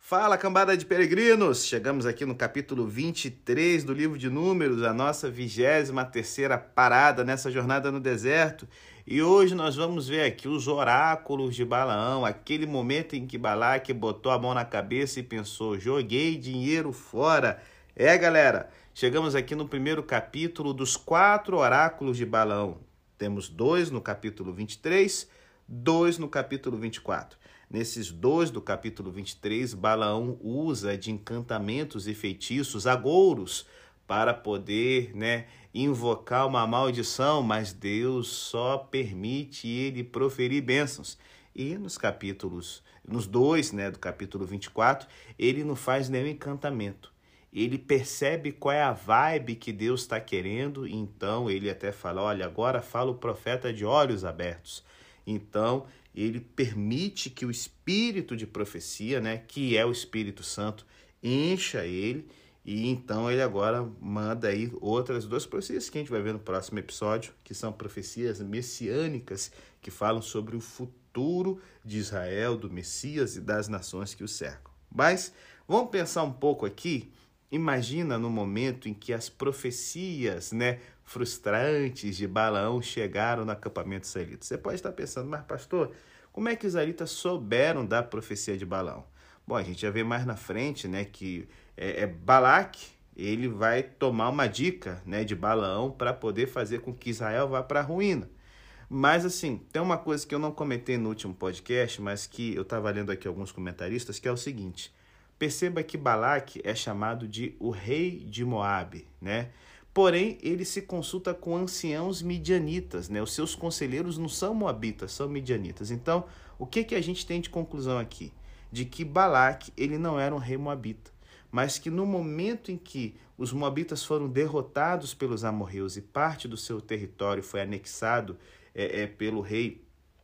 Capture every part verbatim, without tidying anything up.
Fala, cambada de peregrinos! Chegamos aqui no capítulo vinte e três do livro de Números, a nossa vigésima terceira parada nessa jornada no deserto. E hoje nós vamos ver aqui os oráculos de Balaão, aquele momento em que Balaque botou a mão na cabeça e pensou, joguei dinheiro fora. É, galera, chegamos aqui no primeiro capítulo dos quatro oráculos de Balaão. Temos dois no capítulo vinte e três, dois no capítulo vinte e quatro. Nesses dois do capítulo vinte e três, Balaão usa de encantamentos e feitiços, agouros, para poder, né, invocar uma maldição, mas Deus só permite ele proferir bênçãos. E nos capítulos, nos dois, né, do capítulo vinte e quatro, ele não faz nenhum encantamento. Ele percebe qual é a vibe que Deus está querendo, então ele até fala, olha, agora fala o profeta de olhos abertos. Então, ele permite que o espírito de profecia, né, que é o Espírito Santo, encha ele, e então ele agora manda aí outras duas profecias que a gente vai ver no próximo episódio, que são profecias messiânicas, que falam sobre o futuro de Israel, do Messias e das nações que o cercam. Mas vamos pensar um pouco aqui. Imagina no momento em que as profecias, né, frustrantes de Balaão chegaram no acampamento israelita. Você pode estar pensando, mas pastor, como é que os israelitas souberam da profecia de Balaão? Bom, a gente já vê mais na frente, né, que é, é Balaque, ele vai tomar uma dica, né, de Balaão para poder fazer com que Israel vá para a ruína. Mas assim, tem uma coisa que eu não comentei no último podcast, mas que eu estava lendo aqui alguns comentaristas, que é o seguinte. Perceba que Balaque é chamado de o rei de Moabe, né? Porém, ele se consulta com anciãos midianitas, né? Os seus conselheiros não são moabitas, são midianitas. Então, o que, que a gente tem de conclusão aqui? De que Balaque, ele não era um rei moabita, mas que no momento em que os moabitas foram derrotados pelos amorreus e parte do seu território foi anexado é, é, pelo rei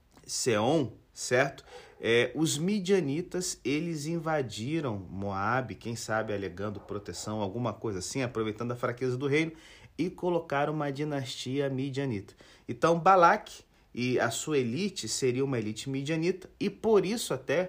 Seom, certo? É, os midianitas, eles invadiram Moabe, quem sabe alegando proteção, alguma coisa assim, aproveitando a fraqueza do reino, e colocaram uma dinastia midianita. Então, Balaque e a sua elite seria uma elite midianita, e por isso até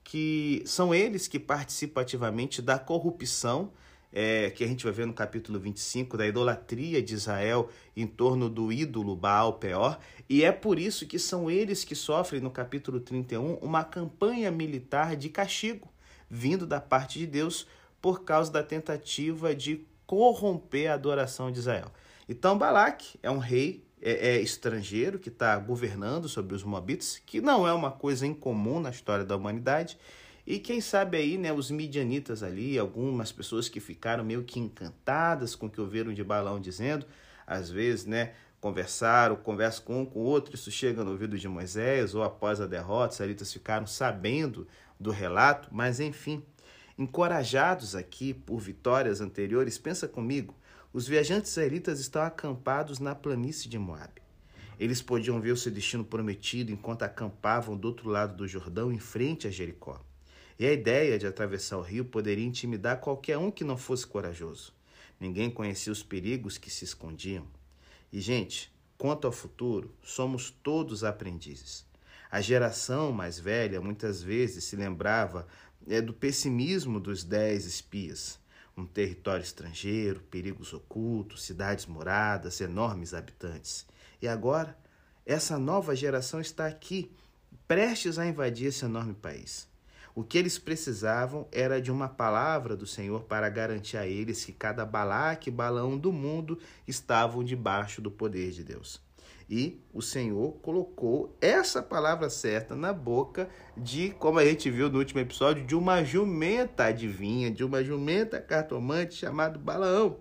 que são eles que participam ativamente da corrupção, É, que a gente vai ver no capítulo vinte e cinco, da idolatria de Israel em torno do ídolo Baal Peor, e é por isso que são eles que sofrem no capítulo trinta e um uma campanha militar de castigo, vindo da parte de Deus por causa da tentativa de corromper a adoração de Israel. Então Balaque é um rei é, é estrangeiro que está governando sobre os moabitas, que não é uma coisa incomum na história da humanidade. E quem sabe aí, né, os midianitas ali, algumas pessoas que ficaram meio que encantadas com o que ouviram de Balaão dizendo, às vezes, né, conversaram, conversam com um com o outro, isso chega no ouvido de Moisés, ou após a derrota, os israelitas ficaram sabendo do relato, mas enfim, encorajados aqui por vitórias anteriores, pensa comigo, os viajantes israelitas estão acampados na planície de Moabe. Eles podiam ver o seu destino prometido enquanto acampavam do outro lado do Jordão, em frente a Jericó. E a ideia de atravessar o rio poderia intimidar qualquer um que não fosse corajoso. Ninguém conhecia os perigos que se escondiam. E, gente, quanto ao futuro, somos todos aprendizes. A geração mais velha muitas vezes se lembrava é, do pessimismo dos dez espias. Um território estrangeiro, perigos ocultos, cidades moradas, enormes habitantes. E agora, essa nova geração está aqui, prestes a invadir esse enorme país. O que eles precisavam era de uma palavra do Senhor para garantir a eles que cada Balaque e Balaão do mundo estavam debaixo do poder de Deus. E o Senhor colocou essa palavra certa na boca de, como a gente viu no último episódio, de uma jumenta adivinha, de uma jumenta cartomante chamada Balaão.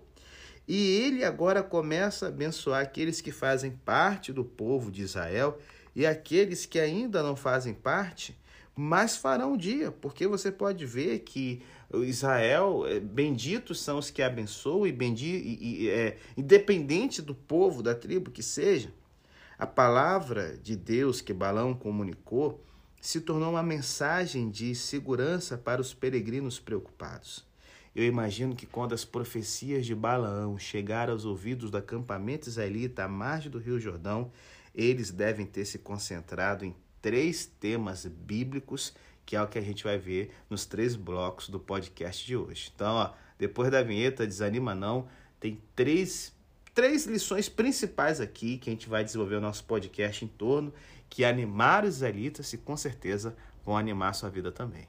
E ele agora começa a abençoar aqueles que fazem parte do povo de Israel e aqueles que ainda não fazem parte, mas farão um dia, porque você pode ver que Israel, benditos são os que abençoam, e, bendito, e, e é, independente do povo, da tribo que seja, a palavra de Deus que Balaão comunicou se tornou uma mensagem de segurança para os peregrinos preocupados. Eu imagino que quando as profecias de Balaão chegaram aos ouvidos do acampamento israelita à margem do Rio Jordão, eles devem ter se concentrado em três temas bíblicos que é o que a gente vai ver nos três blocos do podcast de hoje. Então, ó, depois da vinheta, desanima não, tem três, três lições principais aqui que a gente vai desenvolver o nosso podcast em torno, que animaram os israelitas e com certeza vão animar a sua vida também.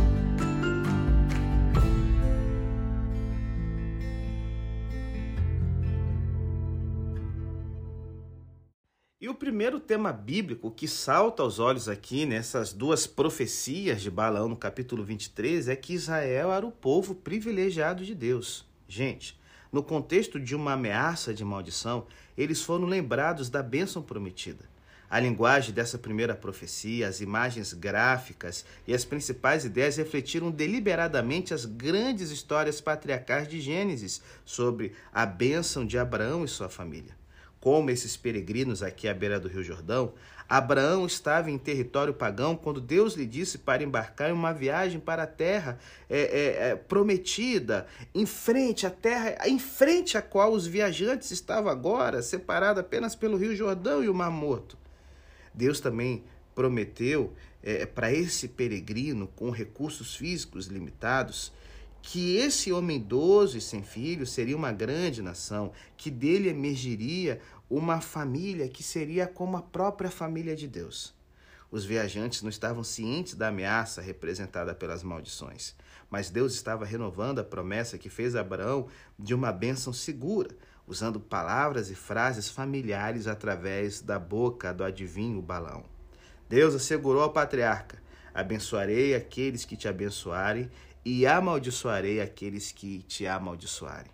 E o primeiro tema bíblico que salta aos olhos aqui nessas duas profecias de Balaão no capítulo vinte e três é que Israel era o povo privilegiado de Deus. Gente, no contexto de uma ameaça de maldição, eles foram lembrados da bênção prometida. A linguagem dessa primeira profecia, as imagens gráficas e as principais ideias refletiram deliberadamente as grandes histórias patriarcais de Gênesis sobre a bênção de Abraão e sua família. Como esses peregrinos aqui à beira do Rio Jordão, Abraão estava em território pagão quando Deus lhe disse para embarcar em uma viagem para a terra é, é, é, prometida, em frente à terra, em frente à qual os viajantes estavam agora, separados apenas pelo Rio Jordão e o Mar Morto. Deus também prometeu é, para esse peregrino, com recursos físicos limitados, que esse homem idoso e sem filhos seria uma grande nação, que dele emergiria uma família que seria como a própria família de Deus. Os viajantes não estavam cientes da ameaça representada pelas maldições, mas Deus estava renovando a promessa que fez a Abraão de uma bênção segura, usando palavras e frases familiares através da boca do adivinho Balaão. Deus assegurou ao patriarca: abençoarei aqueles que te abençoarem e amaldiçoarei aqueles que te amaldiçoarem.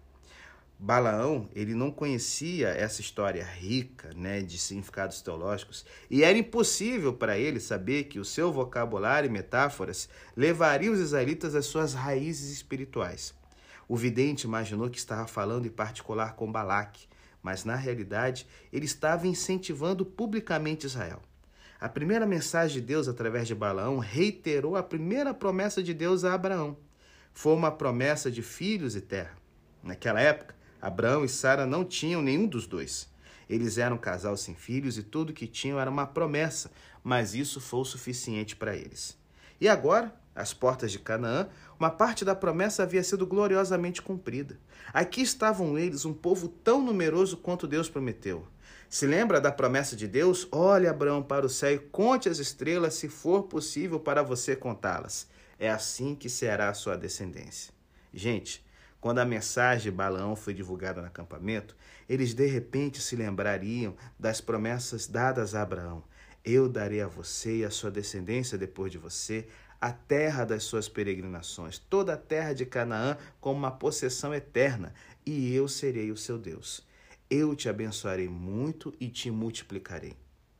Balaão, ele não conhecia essa história rica, né, de significados teológicos, e era impossível para ele saber que o seu vocabulário e metáforas levariam os israelitas às suas raízes espirituais. O vidente imaginou que estava falando em particular com Balaque, mas na realidade ele estava incentivando publicamente Israel. A primeira mensagem de Deus através de Balaão reiterou a primeira promessa de Deus a Abraão. Foi uma promessa de filhos e terra. Naquela época, Abraão e Sara não tinham nenhum dos dois. Eles eram um casal sem filhos e tudo que tinham era uma promessa, mas isso foi o suficiente para eles. E agora, às portas de Canaã, uma parte da promessa havia sido gloriosamente cumprida. Aqui estavam eles, um povo tão numeroso quanto Deus prometeu. Se lembra da promessa de Deus? Olhe, Abraão, para o céu e conte as estrelas, se for possível para você contá-las. É assim que será a sua descendência. Gente, quando a mensagem de Balaão foi divulgada no acampamento, eles de repente se lembrariam das promessas dadas a Abraão. Eu darei a você e a sua descendência depois de você a terra das suas peregrinações, toda a terra de Canaã como uma possessão eterna, e eu serei o seu Deus. Eu te abençoarei muito e te multiplicarei.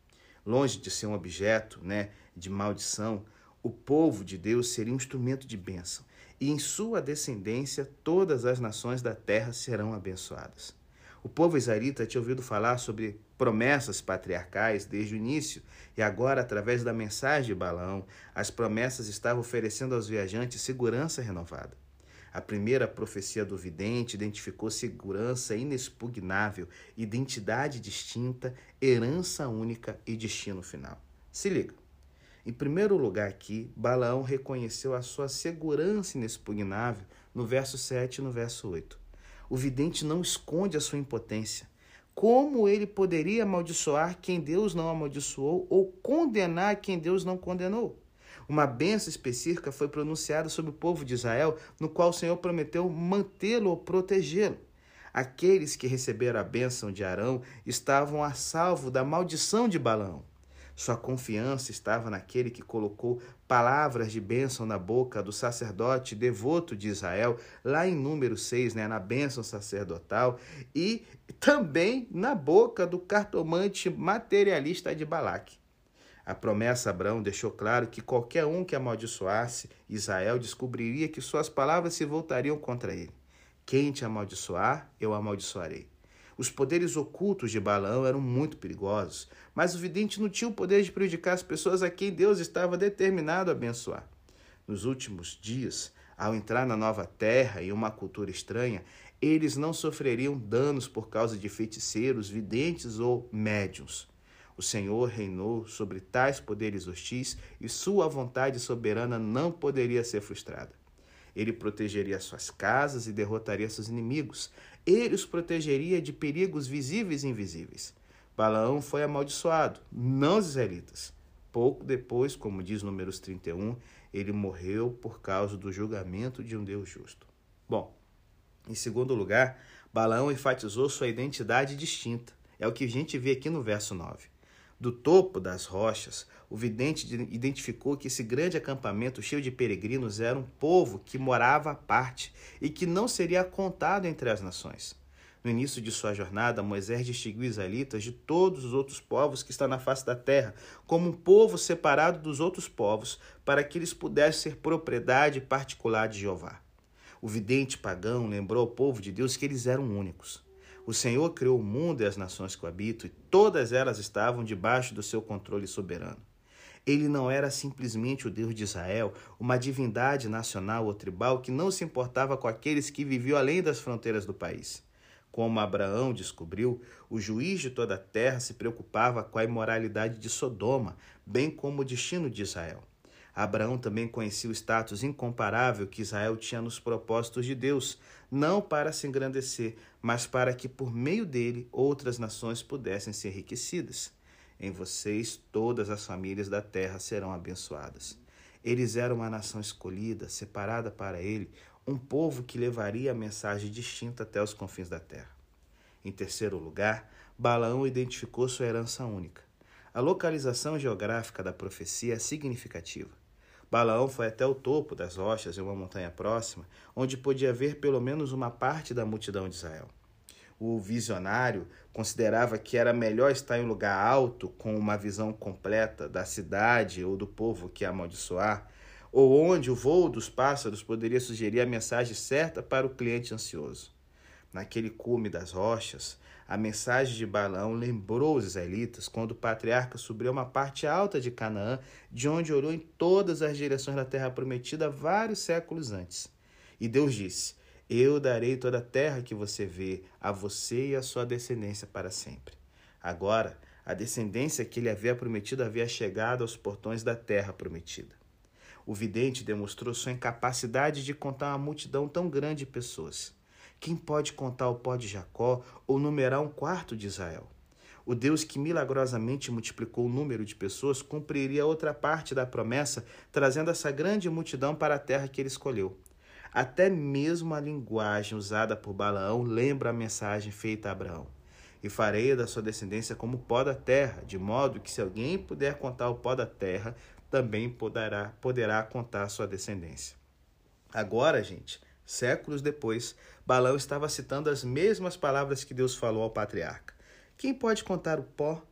Longe de ser um objeto, né, de maldição, o povo de Deus seria um instrumento de bênção, e em sua descendência todas as nações da terra serão abençoadas. O povo israelita tinha ouvido falar sobre promessas patriarcais desde o início, e agora, através da mensagem de Balaão, as promessas estavam oferecendo aos viajantes segurança renovada. A primeira profecia do vidente identificou segurança inexpugnável, identidade distinta, herança única e destino final. Se liga. Em primeiro lugar aqui, Balaão reconheceu a sua segurança inexpugnável no verso sete e no verso oito. O vidente não esconde a sua impotência. Como ele poderia amaldiçoar quem Deus não amaldiçoou ou condenar quem Deus não condenou? Uma bênção específica foi pronunciada sobre o povo de Israel, no qual o Senhor prometeu mantê-lo ou protegê-lo. Aqueles que receberam a bênção de Arão estavam a salvo da maldição de Balaão. Sua confiança estava naquele que colocou palavras de bênção na boca do sacerdote devoto de Israel, lá em número seis, né, na bênção sacerdotal, e também na boca do cartomante materialista de Balaque. A promessa a Abraão deixou claro que qualquer um que amaldiçoasse Israel descobriria que suas palavras se voltariam contra ele. Quem te amaldiçoar, eu amaldiçoarei. Os poderes ocultos de Balaão eram muito perigosos, mas o vidente não tinha o poder de prejudicar as pessoas a quem Deus estava determinado a abençoar. Nos últimos dias, ao entrar na nova terra e uma cultura estranha, eles não sofreriam danos por causa de feiticeiros, videntes ou médiuns. O Senhor reinou sobre tais poderes hostis e sua vontade soberana não poderia ser frustrada. Ele protegeria suas casas e derrotaria seus inimigos. Ele os protegeria de perigos visíveis e invisíveis. Balaão foi amaldiçoado, não os israelitas. Pouco depois, como diz Números trinta e um, ele morreu por causa do julgamento de um Deus justo. Bom, em segundo lugar, Balaão enfatizou sua identidade distinta. É o que a gente vê aqui no verso nove. Do topo das rochas, o vidente identificou que esse grande acampamento cheio de peregrinos era um povo que morava à parte e que não seria contado entre as nações. No início de sua jornada, Moisés distinguiu os israelitas de todos os outros povos que estão na face da terra, como um povo separado dos outros povos, para que eles pudessem ser propriedade particular de Jeová. O vidente pagão lembrou ao povo de Deus que eles eram únicos. O Senhor criou o mundo e as nações que o habitam, e todas elas estavam debaixo do seu controle soberano. Ele não era simplesmente o Deus de Israel, uma divindade nacional ou tribal que não se importava com aqueles que viviam além das fronteiras do país. Como Abraão descobriu, o juiz de toda a terra se preocupava com a imoralidade de Sodoma, bem como o destino de Israel. Abraão também conhecia o status incomparável que Israel tinha nos propósitos de Deus, não para se engrandecer, mas para que por meio dele outras nações pudessem ser enriquecidas. Em vocês todas as famílias da terra serão abençoadas. Eles eram uma nação escolhida, separada para ele, um povo que levaria a mensagem distinta até os confins da terra. Em terceiro lugar, Balaão identificou sua herança única. A localização geográfica da profecia é significativa. Balaão foi até o topo das rochas em uma montanha próxima, onde podia ver pelo menos uma parte da multidão de Israel. O visionário considerava que era melhor estar em um lugar alto, com uma visão completa da cidade ou do povo que ia amaldiçoar, ou onde o voo dos pássaros poderia sugerir a mensagem certa para o cliente ansioso. Naquele cume das rochas, a mensagem de Balaão lembrou os israelitas quando o patriarca subiu a uma parte alta de Canaã, de onde olhou em todas as direções da terra prometida vários séculos antes. E Deus disse: eu darei toda a terra que você vê, a você e a sua descendência para sempre. Agora, a descendência que ele havia prometido havia chegado aos portões da terra prometida. O vidente demonstrou sua incapacidade de contar uma multidão tão grande de pessoas. Quem pode contar o pó de Jacó ou numerar um quarto de Israel? O Deus que milagrosamente multiplicou o número de pessoas cumpriria outra parte da promessa, trazendo essa grande multidão para a terra que ele escolheu. Até mesmo a linguagem usada por Balaão lembra a mensagem feita a Abraão. E farei da sua descendência como o pó da terra, de modo que se alguém puder contar o pó da terra, também poderá, poderá contar a sua descendência. Agora, gente, séculos depois, Balaão estava citando as mesmas palavras que Deus falou ao patriarca. Quem pode contar o pó?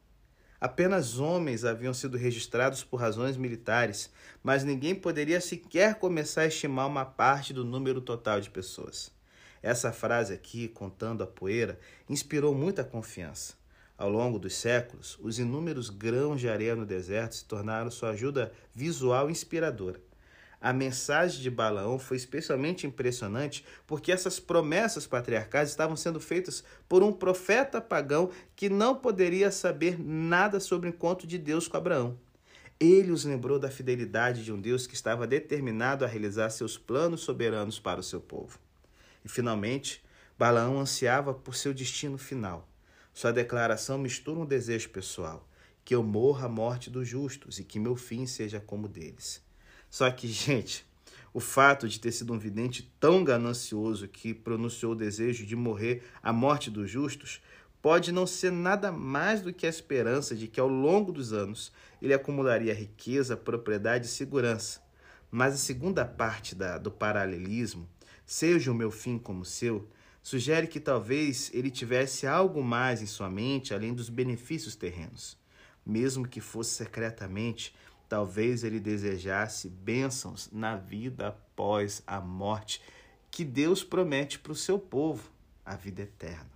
Apenas homens haviam sido registrados por razões militares, mas ninguém poderia sequer começar a estimar uma parte do número total de pessoas. Essa frase aqui, contando a poeira, inspirou muita confiança. Ao longo dos séculos, os inúmeros grãos de areia no deserto se tornaram sua ajuda visual inspiradora. A mensagem de Balaão foi especialmente impressionante porque essas promessas patriarcais estavam sendo feitas por um profeta pagão que não poderia saber nada sobre o encontro de Deus com Abraão. Ele os lembrou da fidelidade de um Deus que estava determinado a realizar seus planos soberanos para o seu povo. E, finalmente, Balaão ansiava por seu destino final. Sua declaração mistura um desejo pessoal, que eu morra a morte dos justos e que meu fim seja como o deles. Só que, gente, o fato de ter sido um vidente tão ganancioso que pronunciou o desejo de morrer a morte dos justos pode não ser nada mais do que a esperança de que ao longo dos anos ele acumularia riqueza, propriedade e segurança. Mas a segunda parte da, do paralelismo, seja o meu fim como o seu, sugere que talvez ele tivesse algo mais em sua mente além dos benefícios terrenos. Mesmo que fosse secretamente, talvez ele desejasse bênçãos na vida após a morte que Deus promete para o seu povo, a vida eterna.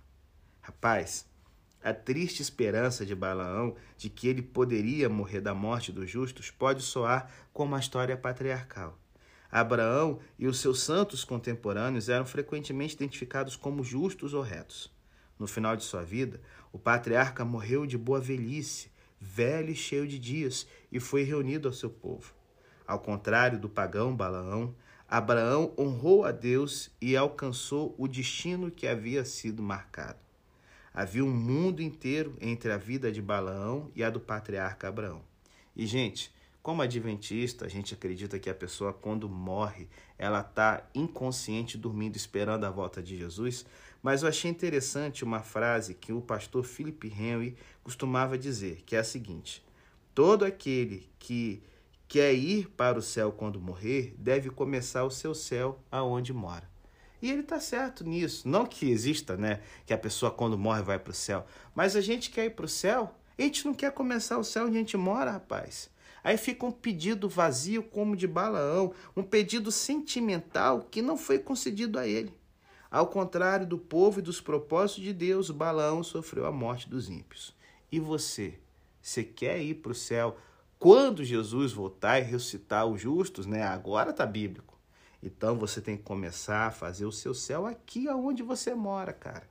Rapaz, a triste esperança de Balaão de que ele poderia morrer da morte dos justos pode soar como uma história patriarcal. Abraão e os seus santos contemporâneos eram frequentemente identificados como justos ou retos. No final de sua vida, o patriarca morreu de boa velhice, velho e cheio de dias, e foi reunido ao seu povo. Ao contrário do pagão Balaão, Abraão honrou a Deus e alcançou o destino que havia sido marcado. Havia um mundo inteiro entre a vida de Balaão e a do patriarca Abraão. E, gente, como adventista, a gente acredita que a pessoa, quando morre, ela está inconsciente, dormindo, esperando a volta de Jesus. Mas eu achei interessante uma frase que o pastor Philip Henry costumava dizer, que é a seguinte: todo aquele que quer ir para o céu quando morrer, deve começar o seu céu aonde mora. E ele está certo nisso. Não que exista, né, que a pessoa quando morre vai para o céu, mas a gente quer ir para o céu, a gente não quer começar o céu onde a gente mora, rapaz. Aí fica um pedido vazio como de Balaão, um pedido sentimental que não foi concedido a ele. Ao contrário do povo e dos propósitos de Deus, Balaão sofreu a morte dos ímpios. E você? Você quer ir para o céu quando Jesus voltar e ressuscitar os justos, né? Agora está bíblico. Então você tem que começar a fazer o seu céu aqui onde você mora, cara.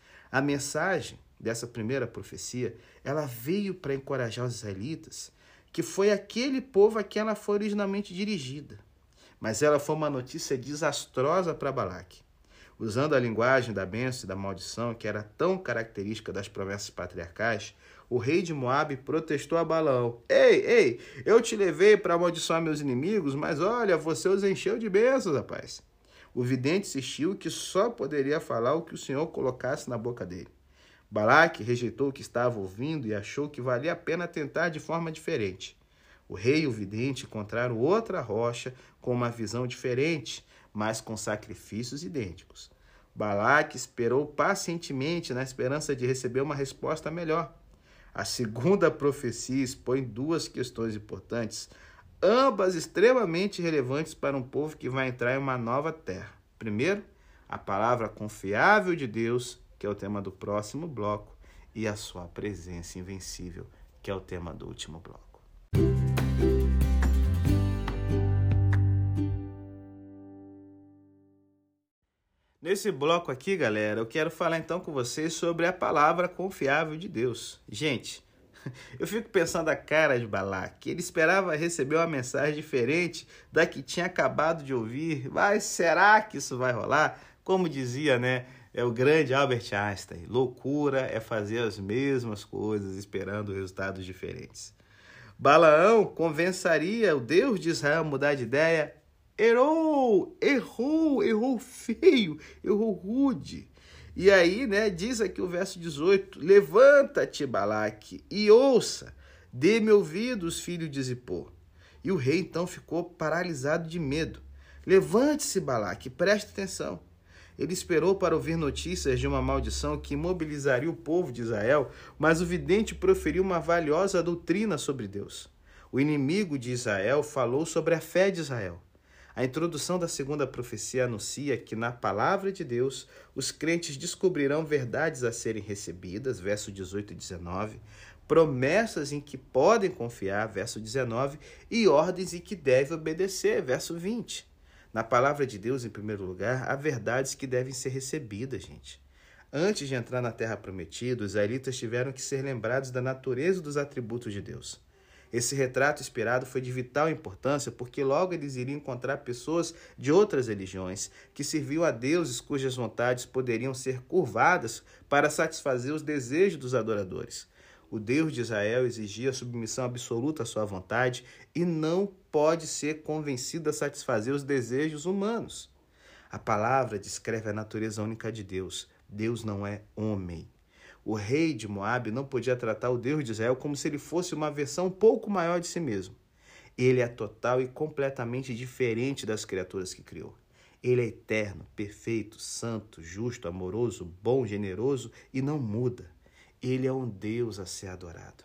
A mensagem dessa primeira profecia, ela veio para encorajar os israelitas, que foi aquele povo a quem ela foi originalmente dirigida. Mas ela foi uma notícia desastrosa para Balaque. Usando a linguagem da bênção e da maldição, que era tão característica das promessas patriarcais, o rei de Moabe protestou a Balaão. Ei, ei, eu te levei para amaldiçoar meus inimigos, mas olha, você os encheu de bênçãos, rapaz. O vidente insistiu que só poderia falar o que o Senhor colocasse na boca dele. Balaque rejeitou o que estava ouvindo e achou que valia a pena tentar de forma diferente. O rei e o vidente encontraram outra rocha com uma visão diferente, mas com sacrifícios idênticos. Balaque esperou pacientemente na esperança de receber uma resposta melhor. A segunda profecia expõe duas questões importantes, ambas extremamente relevantes para um povo que vai entrar em uma nova terra. Primeiro, a palavra confiável de Deus, que é o tema do próximo bloco, e a sua presença invencível, que é o tema do último bloco. Nesse bloco aqui, galera, eu quero falar então com vocês sobre a palavra confiável de Deus. Gente, eu fico pensando a cara de Balaque. Ele esperava receber uma mensagem diferente da que tinha acabado de ouvir. Mas será que isso vai rolar? Como dizia, né, é o grande Albert Einstein, loucura é fazer as mesmas coisas esperando resultados diferentes. Balaão convenceria o Deus de Israel a mudar de ideia. Errou, errou, errou feio, errou rude. E aí, né, diz aqui o verso dezoito, levanta-te, Balaque, e ouça, dê-me ouvidos, filho de Zippor. E o rei então ficou paralisado de medo. Levante-se, Balaque, preste atenção. Ele esperou para ouvir notícias de uma maldição que imobilizaria o povo de Israel, mas o vidente proferiu uma valiosa doutrina sobre Deus. O inimigo de Israel falou sobre a fé de Israel. A introdução da segunda profecia anuncia que, na palavra de Deus, os crentes descobrirão verdades a serem recebidas, verso dezoito e dezenove, promessas em que podem confiar, verso dezenove, e ordens em que devem obedecer, verso vinte. Na palavra de Deus, em primeiro lugar, há verdades que devem ser recebidas, gente. Antes de entrar na terra prometida, os israelitas tiveram que ser lembrados da natureza e dos atributos de Deus. Esse retrato inspirado foi de vital importância porque logo eles iriam encontrar pessoas de outras religiões que serviam a deuses cujas vontades poderiam ser curvadas para satisfazer os desejos dos adoradores. O Deus de Israel exigia submissão absoluta à sua vontade e não pode ser convencido a satisfazer os desejos humanos. A palavra descreve a natureza única de Deus. Deus não é homem. O rei de Moabe não podia tratar o Deus de Israel como se ele fosse uma versão um pouco maior de si mesmo. Ele é total e completamente diferente das criaturas que criou. Ele é eterno, perfeito, santo, justo, amoroso, bom, generoso e não muda. Ele é um Deus a ser adorado.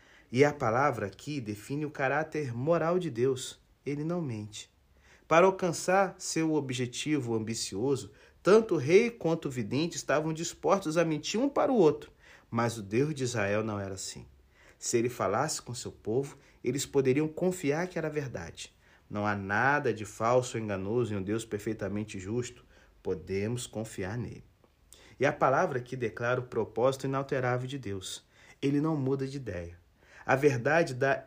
E a palavra aqui define o caráter moral de Deus. Ele não mente. Para alcançar seu objetivo ambicioso, tanto o rei quanto o vidente estavam dispostos a mentir um para o outro, mas o Deus de Israel não era assim. Se ele falasse com seu povo, eles poderiam confiar que era verdade. Não há nada de falso ou enganoso em um Deus perfeitamente justo. Podemos confiar nele. E a palavra aqui declara o propósito inalterável de Deus. Ele não muda de ideia. A verdade da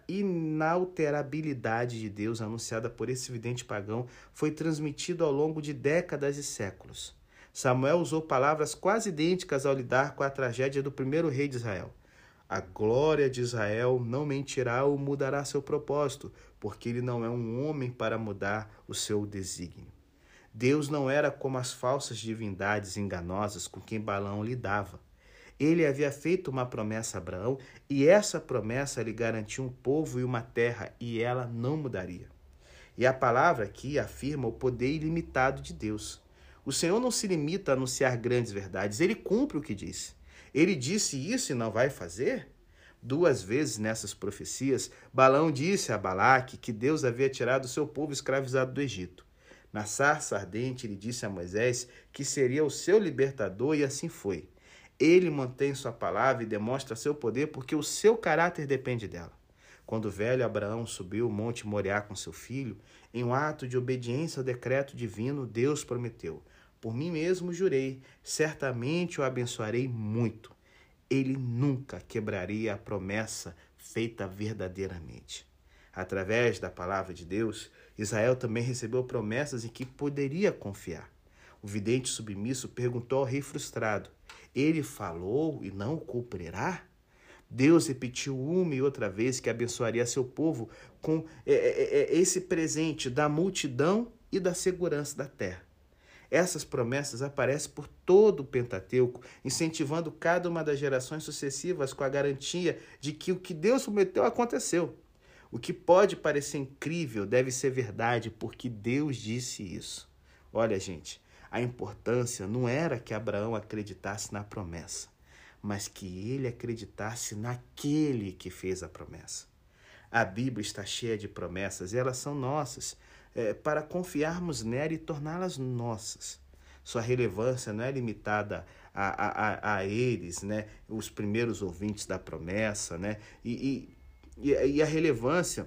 inalterabilidade de Deus anunciada por esse vidente pagão foi transmitida ao longo de décadas e séculos. Samuel usou palavras quase idênticas ao lidar com a tragédia do primeiro rei de Israel. A glória de Israel não mentirá ou mudará seu propósito, porque ele não é um homem para mudar o seu desígnio. Deus não era como as falsas divindades enganosas com quem Balaão lidava. Ele havia feito uma promessa a Abraão e essa promessa lhe garantia um povo e uma terra e ela não mudaria. E a palavra aqui afirma o poder ilimitado de Deus. O Senhor não se limita a anunciar grandes verdades, ele cumpre o que disse. Ele disse isso e não vai fazer? Duas vezes nessas profecias, Balaão disse a Balaque que Deus havia tirado o seu povo escravizado do Egito. Na sarça ardente, ele disse a Moisés que seria o seu libertador e assim foi. Ele mantém sua palavra e demonstra seu poder porque o seu caráter depende dela. Quando o velho Abraão subiu o monte Moriá com seu filho, em um ato de obediência ao decreto divino, Deus prometeu: por mim mesmo jurei, certamente o abençoarei muito. Ele nunca quebraria a promessa feita verdadeiramente. Através da palavra de Deus, Israel também recebeu promessas em que poderia confiar. O vidente submisso perguntou ao rei frustrado: ele falou e não o cumprirá? Deus repetiu uma e outra vez que abençoaria seu povo com é, é, esse presente da multidão e da segurança da terra. Essas promessas aparecem por todo o Pentateuco, incentivando cada uma das gerações sucessivas com a garantia de que o que Deus prometeu aconteceu. O que pode parecer incrível deve ser verdade, porque Deus disse isso. Olha, gente, a importância não era que Abraão acreditasse na promessa, mas que ele acreditasse naquele que fez a promessa. A Bíblia está cheia de promessas e elas são nossas, é, para confiarmos nela e torná-las nossas. Sua relevância não é limitada a, a, a eles, né, os primeiros ouvintes da promessa, né, e, e, e a relevância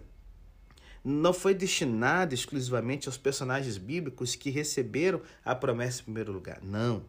não foi destinada exclusivamente aos personagens bíblicos que receberam a promessa em primeiro lugar. Não.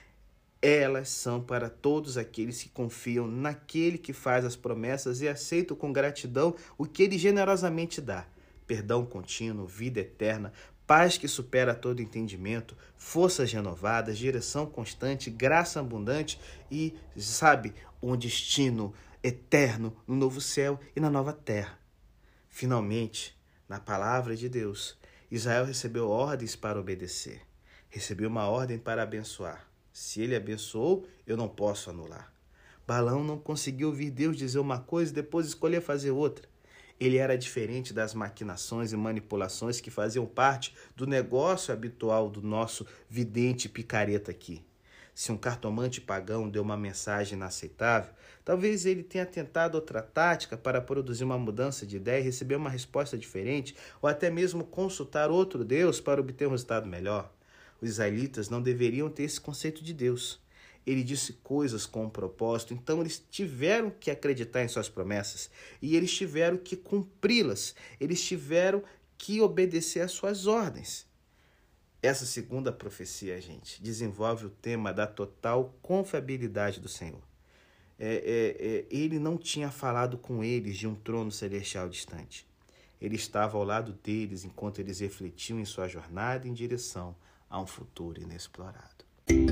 Elas são para todos aqueles que confiam naquele que faz as promessas e aceitam com gratidão o que ele generosamente dá. Perdão contínuo, vida eterna, paz que supera todo entendimento, forças renovadas, direção constante, graça abundante e, sabe, um destino eterno no novo céu e na nova terra. Finalmente, na palavra de Deus, Israel recebeu ordens para obedecer. Recebeu uma ordem para abençoar. Se ele abençoou, eu não posso anular. Balaão não conseguiu ouvir Deus dizer uma coisa e depois escolher fazer outra. Ele era diferente das maquinações e manipulações que faziam parte do negócio habitual do nosso vidente picareta aqui. Se um cartomante pagão deu uma mensagem inaceitável, talvez ele tenha tentado outra tática para produzir uma mudança de ideia e receber uma resposta diferente, ou até mesmo consultar outro Deus para obter um resultado melhor. Os israelitas não deveriam ter esse conceito de Deus. Ele disse coisas com um propósito, então eles tiveram que acreditar em suas promessas e eles tiveram que cumpri-las, eles tiveram que obedecer às suas ordens. Essa segunda profecia, gente, desenvolve o tema da total confiabilidade do Senhor. É, é, é, ele não tinha falado com eles de um trono celestial distante. Ele estava ao lado deles enquanto eles refletiam em sua jornada em direção a um futuro inexplorado.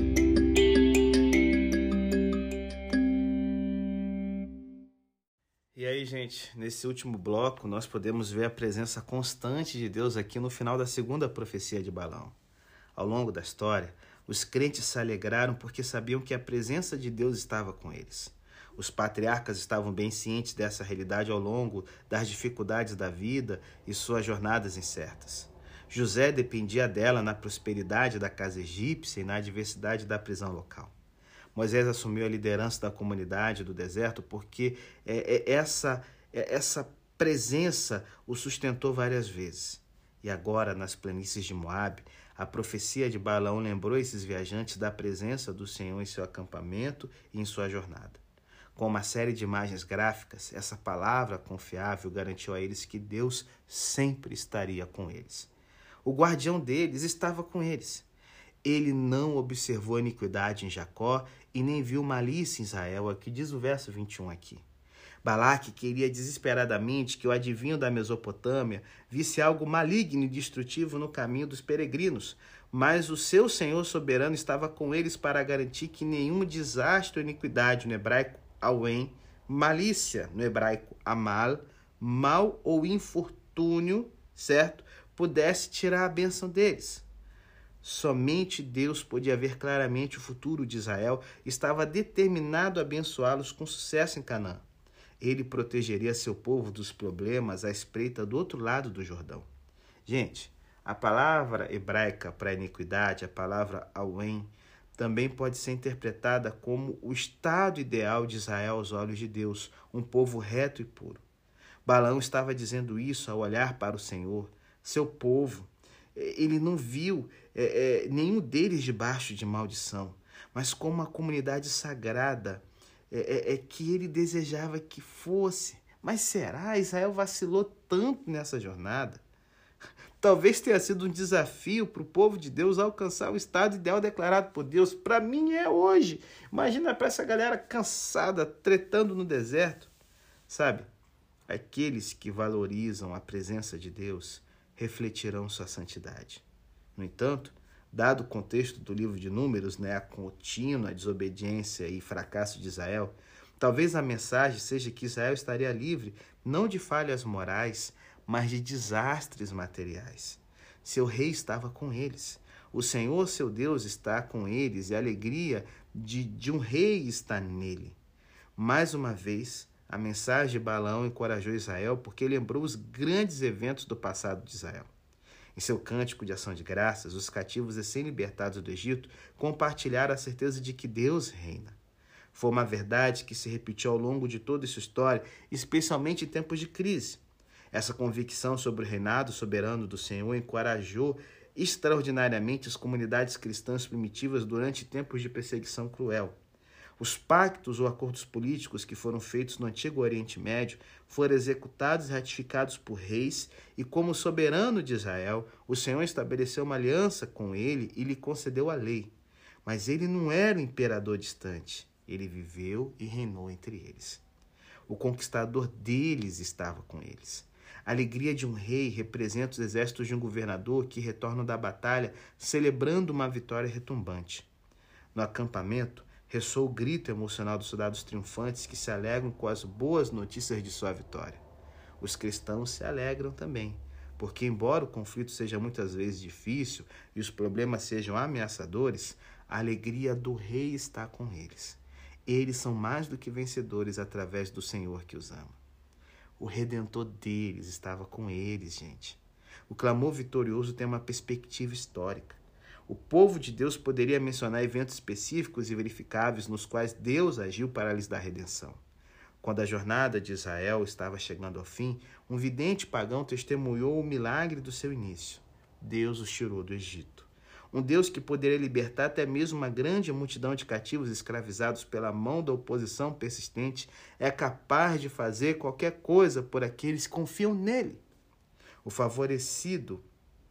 E aí, gente, nesse último bloco, nós podemos ver a presença constante de Deus aqui no final da segunda profecia de Balaão. Ao longo da história, os crentes se alegraram porque sabiam que a presença de Deus estava com eles. Os patriarcas estavam bem cientes dessa realidade ao longo das dificuldades da vida e suas jornadas incertas. José dependia dela na prosperidade da casa egípcia e na adversidade da prisão local. Moisés assumiu a liderança da comunidade do deserto porque é, é, essa, é, essa presença o sustentou várias vezes. E agora, nas planícies de Moabe, a profecia de Balaão lembrou esses viajantes da presença do Senhor em seu acampamento e em sua jornada. Com uma série de imagens gráficas, essa palavra confiável garantiu a eles que Deus sempre estaria com eles. O guardião deles estava com eles. Ele não observou a iniquidade em Jacó e nem viu malícia em Israel, aqui diz o verso vinte e um aqui. Balaque queria desesperadamente que o adivinho da Mesopotâmia visse algo maligno e destrutivo no caminho dos peregrinos, mas o seu Senhor soberano estava com eles para garantir que nenhum desastre ou iniquidade, no hebraico awen, malícia, no hebraico amal, mal ou infortúnio, certo? Pudesse tirar a bênção deles. Somente Deus podia ver claramente o futuro de Israel e estava determinado a abençoá-los com sucesso em Canaã. Ele protegeria seu povo dos problemas à espreita do outro lado do Jordão. Gente, a palavra hebraica para iniquidade, a palavra awen, também pode ser interpretada como o estado ideal de Israel aos olhos de Deus, um povo reto e puro. Balaão estava dizendo isso ao olhar para o Senhor, seu povo. Ele não viu é, é, nenhum deles debaixo de maldição, mas como uma comunidade sagrada é, é, é que ele desejava que fosse. Mas será? Israel vacilou tanto nessa jornada? Talvez tenha sido um desafio para o povo de Deus alcançar o estado ideal declarado por Deus. Para mim é hoje. Imagina para essa galera cansada, tretando no deserto. Sabe, aqueles que valorizam a presença de Deus refletirão sua santidade. No entanto, dado o contexto do livro de Números, né, a contínua desobediência e fracasso de Israel, talvez a mensagem seja que Israel estaria livre não de falhas morais, mas de desastres materiais. Seu rei estava com eles. O Senhor, seu Deus, está com eles e a alegria de, de um rei está nele. Mais uma vez, a mensagem de Balaão encorajou Israel porque lembrou os grandes eventos do passado de Israel. Em seu cântico de ação de graças, os cativos recém-libertados do Egito compartilharam a certeza de que Deus reina. Foi uma verdade que se repetiu ao longo de toda essa história, especialmente em tempos de crise. Essa convicção sobre o reinado soberano do Senhor encorajou extraordinariamente as comunidades cristãs primitivas durante tempos de perseguição cruel. Os pactos ou acordos políticos que foram feitos no Antigo Oriente Médio foram executados e ratificados por reis, e como soberano de Israel, o Senhor estabeleceu uma aliança com ele e lhe concedeu a lei. Mas ele não era um imperador distante, ele viveu e reinou entre eles. O conquistador deles estava com eles. A alegria de um rei representa os exércitos de um governador que retornam da batalha celebrando uma vitória retumbante. No acampamento, ressoa o grito emocional dos soldados triunfantes que se alegram com as boas notícias de sua vitória. Os cristãos se alegram também, porque embora o conflito seja muitas vezes difícil e os problemas sejam ameaçadores, a alegria do rei está com eles. Eles são mais do que vencedores através do Senhor que os ama. O Redentor deles estava com eles, gente. O clamor vitorioso tem uma perspectiva histórica. O povo de Deus poderia mencionar eventos específicos e verificáveis nos quais Deus agiu para lhes dar redenção. Quando a jornada de Israel estava chegando ao fim, um vidente pagão testemunhou o milagre do seu início. Deus os tirou do Egito. Um Deus que poderia libertar até mesmo uma grande multidão de cativos escravizados pela mão da oposição persistente é capaz de fazer qualquer coisa por aqueles que confiam nele. O favorecido,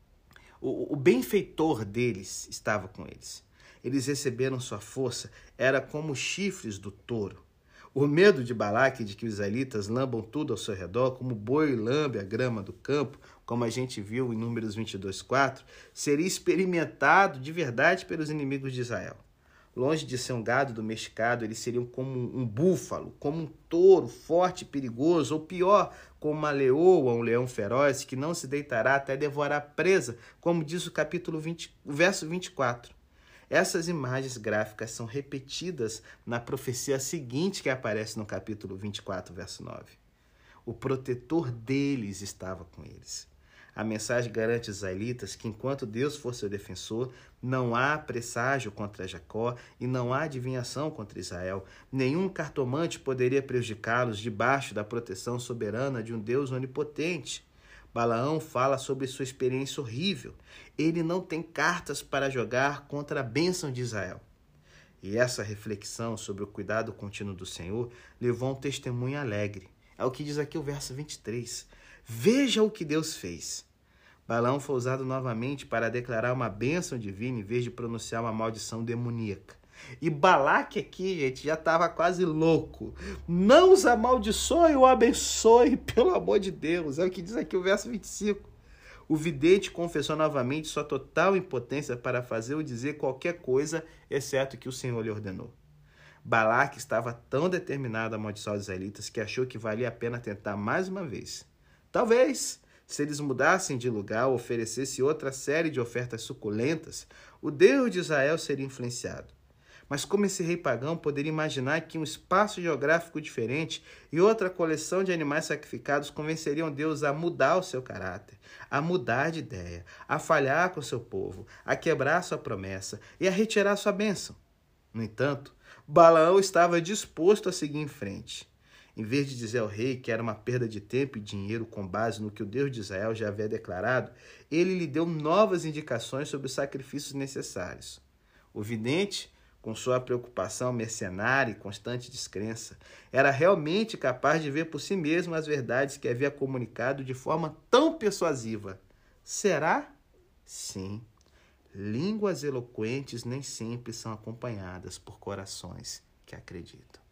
o, o benfeitor deles estava com eles. Eles receberam sua força, era como os chifres do touro. O medo de Balaque de que os israelitas lambam tudo ao seu redor, como o boi lambe a grama do campo, como a gente viu em Números vinte e dois, quatro, seria experimentado de verdade pelos inimigos de Israel. Longe de ser um gado domesticado, eles seriam como um búfalo, como um touro forte e perigoso, ou pior, como uma leoa ou um leão feroz que não se deitará até devorar a presa, como diz o capítulo vinte, o verso vinte e quatro. Essas imagens gráficas são repetidas na profecia seguinte que aparece no capítulo vinte e quatro, verso nove. O protetor deles estava com eles. A mensagem garante aos israelitas que enquanto Deus for seu defensor, não há presságio contra Jacó e não há adivinhação contra Israel. Nenhum cartomante poderia prejudicá-los debaixo da proteção soberana de um Deus onipotente. Balaão fala sobre sua experiência horrível. Ele não tem cartas para jogar contra a bênção de Israel. E essa reflexão sobre o cuidado contínuo do Senhor levou a um testemunho alegre. É o que diz aqui o verso vinte e três. Veja o que Deus fez. Balaão foi usado novamente para declarar uma bênção divina em vez de pronunciar uma maldição demoníaca. E Balaque aqui, gente, já estava quase louco. Não os amaldiçoe ou abençoe, pelo amor de Deus. É o que diz aqui o verso vinte e cinco. O vidente confessou novamente sua total impotência para fazer ou dizer qualquer coisa, exceto o que o Senhor lhe ordenou. Balaque estava tão determinado a amaldiçoar os israelitas que achou que valia a pena tentar mais uma vez. Talvez, se eles mudassem de lugar ou oferecessem outra série de ofertas suculentas, o Deus de Israel seria influenciado. Mas como esse rei pagão poderia imaginar que um espaço geográfico diferente e outra coleção de animais sacrificados convenceriam Deus a mudar o seu caráter, a mudar de ideia, a falhar com o seu povo, a quebrar sua promessa e a retirar sua bênção? No entanto, Balaão estava disposto a seguir em frente. Em vez de dizer ao rei que era uma perda de tempo e dinheiro com base no que o Deus de Israel já havia declarado, ele lhe deu novas indicações sobre os sacrifícios necessários. O vidente, com sua preocupação mercenária e constante descrença, era realmente capaz de ver por si mesmo as verdades que havia comunicado de forma tão persuasiva. Será? Sim. Línguas eloquentes nem sempre são acompanhadas por corações que acreditam.